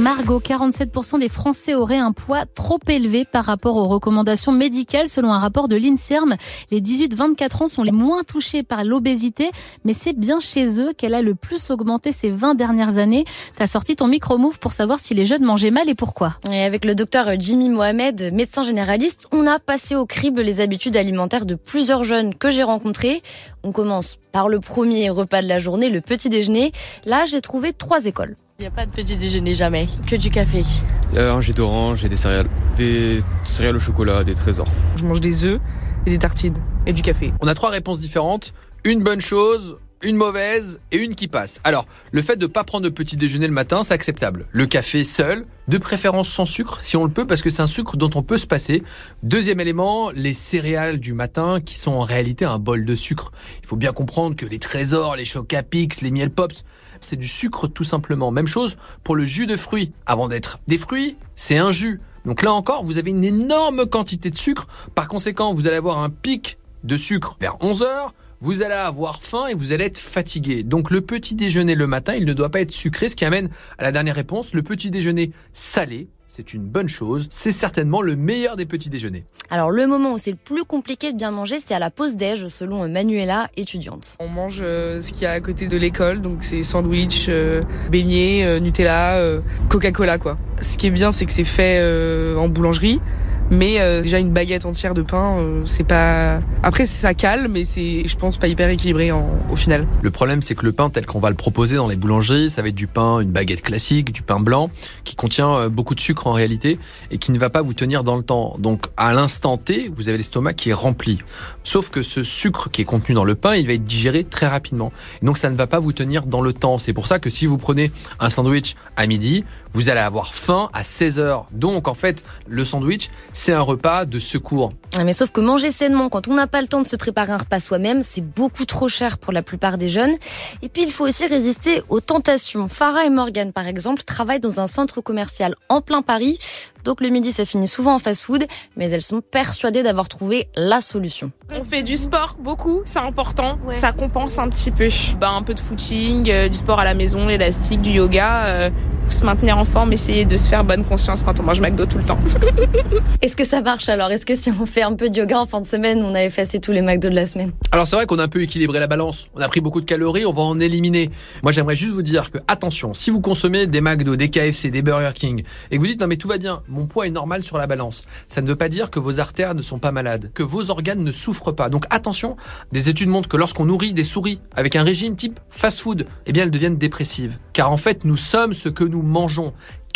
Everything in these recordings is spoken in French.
Margot, 47% des Français auraient un poids trop élevé par rapport aux recommandations médicales selon un rapport de l'INSERM. Les 18-24 ans sont les moins touchés par l'obésité, mais c'est bien chez eux qu'elle a le plus augmenté ces 20 dernières années. T'as sorti ton micro-move pour savoir si les jeunes mangeaient mal et pourquoi. Et avec le docteur Jimmy Mohamed, médecin généraliste, on a passé au crible les habitudes alimentaires de plusieurs jeunes que j'ai rencontrés. On commence par le premier repas de la journée, le petit déjeuner. Là, j'ai trouvé 3 écoles. Il n'y a pas de petit déjeuner, jamais. Que du café. Un jus d'orange et des céréales. Des céréales au chocolat, des trésors. Je mange des œufs et des tartines et du café. On a 3 réponses différentes. Une bonne chose, une mauvaise et une qui passe. Alors, le fait de ne pas prendre de petit déjeuner le matin, c'est acceptable. Le café seul, de préférence sans sucre, si on le peut, parce que c'est un sucre dont on peut se passer. Deuxième élément, les céréales du matin, qui sont en réalité un bol de sucre. Il faut bien comprendre que les trésors, les Choc-A-Pix, les Miel Pops, c'est du sucre tout simplement. Même chose pour le jus de fruits. Avant d'être des fruits, c'est un jus. Donc là encore, vous avez une énorme quantité de sucre. Par conséquent, vous allez avoir un pic de sucre vers 11h. Vous allez avoir faim et vous allez être fatigué. Donc le petit déjeuner le matin, il ne doit pas être sucré, ce qui amène à la dernière réponse. Le petit déjeuner salé, c'est une bonne chose. C'est certainement le meilleur des petits déjeuners. Alors le moment où c'est le plus compliqué de bien manger, c'est à la pause déj, selon Manuela, étudiante. On mange ce qu'il y a à côté de l'école, donc c'est sandwich, beignets, Nutella, Coca-Cola quoi. Ce qui est bien, c'est que c'est fait en boulangerie. Mais déjà une baguette entière de pain, c'est pas... Après ça cale, mais c'est, je pense, pas hyper équilibré au final. Le problème, c'est que le pain tel qu'on va le proposer dans les boulangeries, ça va être du pain, une baguette classique, du pain blanc, qui contient beaucoup de sucre en réalité et qui ne va pas vous tenir dans le temps. Donc à l'instant T, vous avez l'estomac qui est rempli. Sauf que ce sucre qui est contenu dans le pain, il va être digéré très rapidement. Et donc ça ne va pas vous tenir dans le temps. C'est pour ça que si vous prenez un sandwich à midi, vous allez avoir faim à 16h. Donc en fait, le sandwich, c'est un repas de secours. Mais sauf que manger sainement, quand on n'a pas le temps de se préparer un repas soi-même, c'est beaucoup trop cher pour la plupart des jeunes. Et puis il faut aussi résister aux tentations. Farah et Morgane, par exemple, travaillent dans un centre commercial en plein Paris. Donc le midi, ça finit souvent en fast-food, mais elles sont persuadées d'avoir trouvé la solution. On fait du sport beaucoup, c'est important, ça compense un petit peu. Un peu de footing, du sport à la maison, l'élastique, du yoga, se maintenir en forme, essayer de se faire bonne conscience quand on mange McDo tout le temps. Est-ce que ça marche alors ? Est-ce que si on fait un peu de yoga en fin de semaine, on a effacé tous les McDo de la semaine ? Alors c'est vrai qu'on a un peu équilibré la balance, on a pris beaucoup de calories, on va en éliminer. Moi j'aimerais juste vous dire que attention, si vous consommez des McDo, des KFC, des Burger King, et que vous dites non mais tout va bien, mon poids est normal sur la balance, ça ne veut pas dire que vos artères ne sont pas malades, que vos organes ne souffrent pas. Donc attention, des études montrent que lorsqu'on nourrit des souris avec un régime type fast-food, eh bien elles deviennent dépressives. Car en fait nous sommes ce que nous mangeons.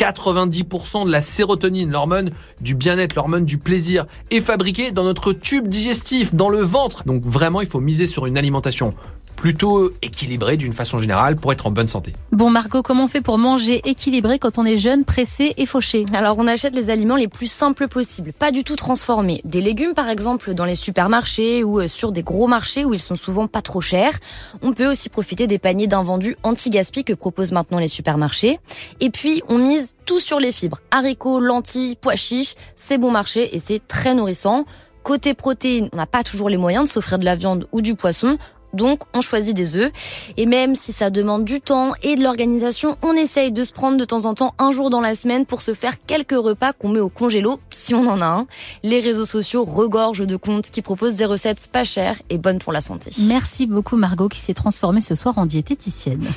90% de la sérotonine, l'hormone du bien-être, l'hormone du plaisir, est fabriquée dans notre tube digestif, dans le ventre. Donc vraiment, il faut miser sur une alimentation plutôt équilibrée d'une façon générale pour être en bonne santé. Bon Margot, comment on fait pour manger équilibré quand on est jeune, pressé et fauché ? Alors on achète les aliments les plus simples possibles, pas du tout transformés. Des légumes par exemple dans les supermarchés ou sur des gros marchés où ils sont souvent pas trop chers. On peut aussi profiter des paniers d'invendus anti-gaspi que proposent maintenant les supermarchés. Et puis on mise tout sur les fibres. Haricots, lentilles, pois chiches, c'est bon marché et c'est très nourrissant. Côté protéines, on n'a pas toujours les moyens de s'offrir de la viande ou du poisson. Donc, on choisit des œufs. Et même si ça demande du temps et de l'organisation, on essaye de se prendre de temps en temps un jour dans la semaine pour se faire quelques repas qu'on met au congélo, si on en a un. Les réseaux sociaux regorgent de comptes qui proposent des recettes pas chères et bonnes pour la santé. Merci beaucoup Margot qui s'est transformée ce soir en diététicienne.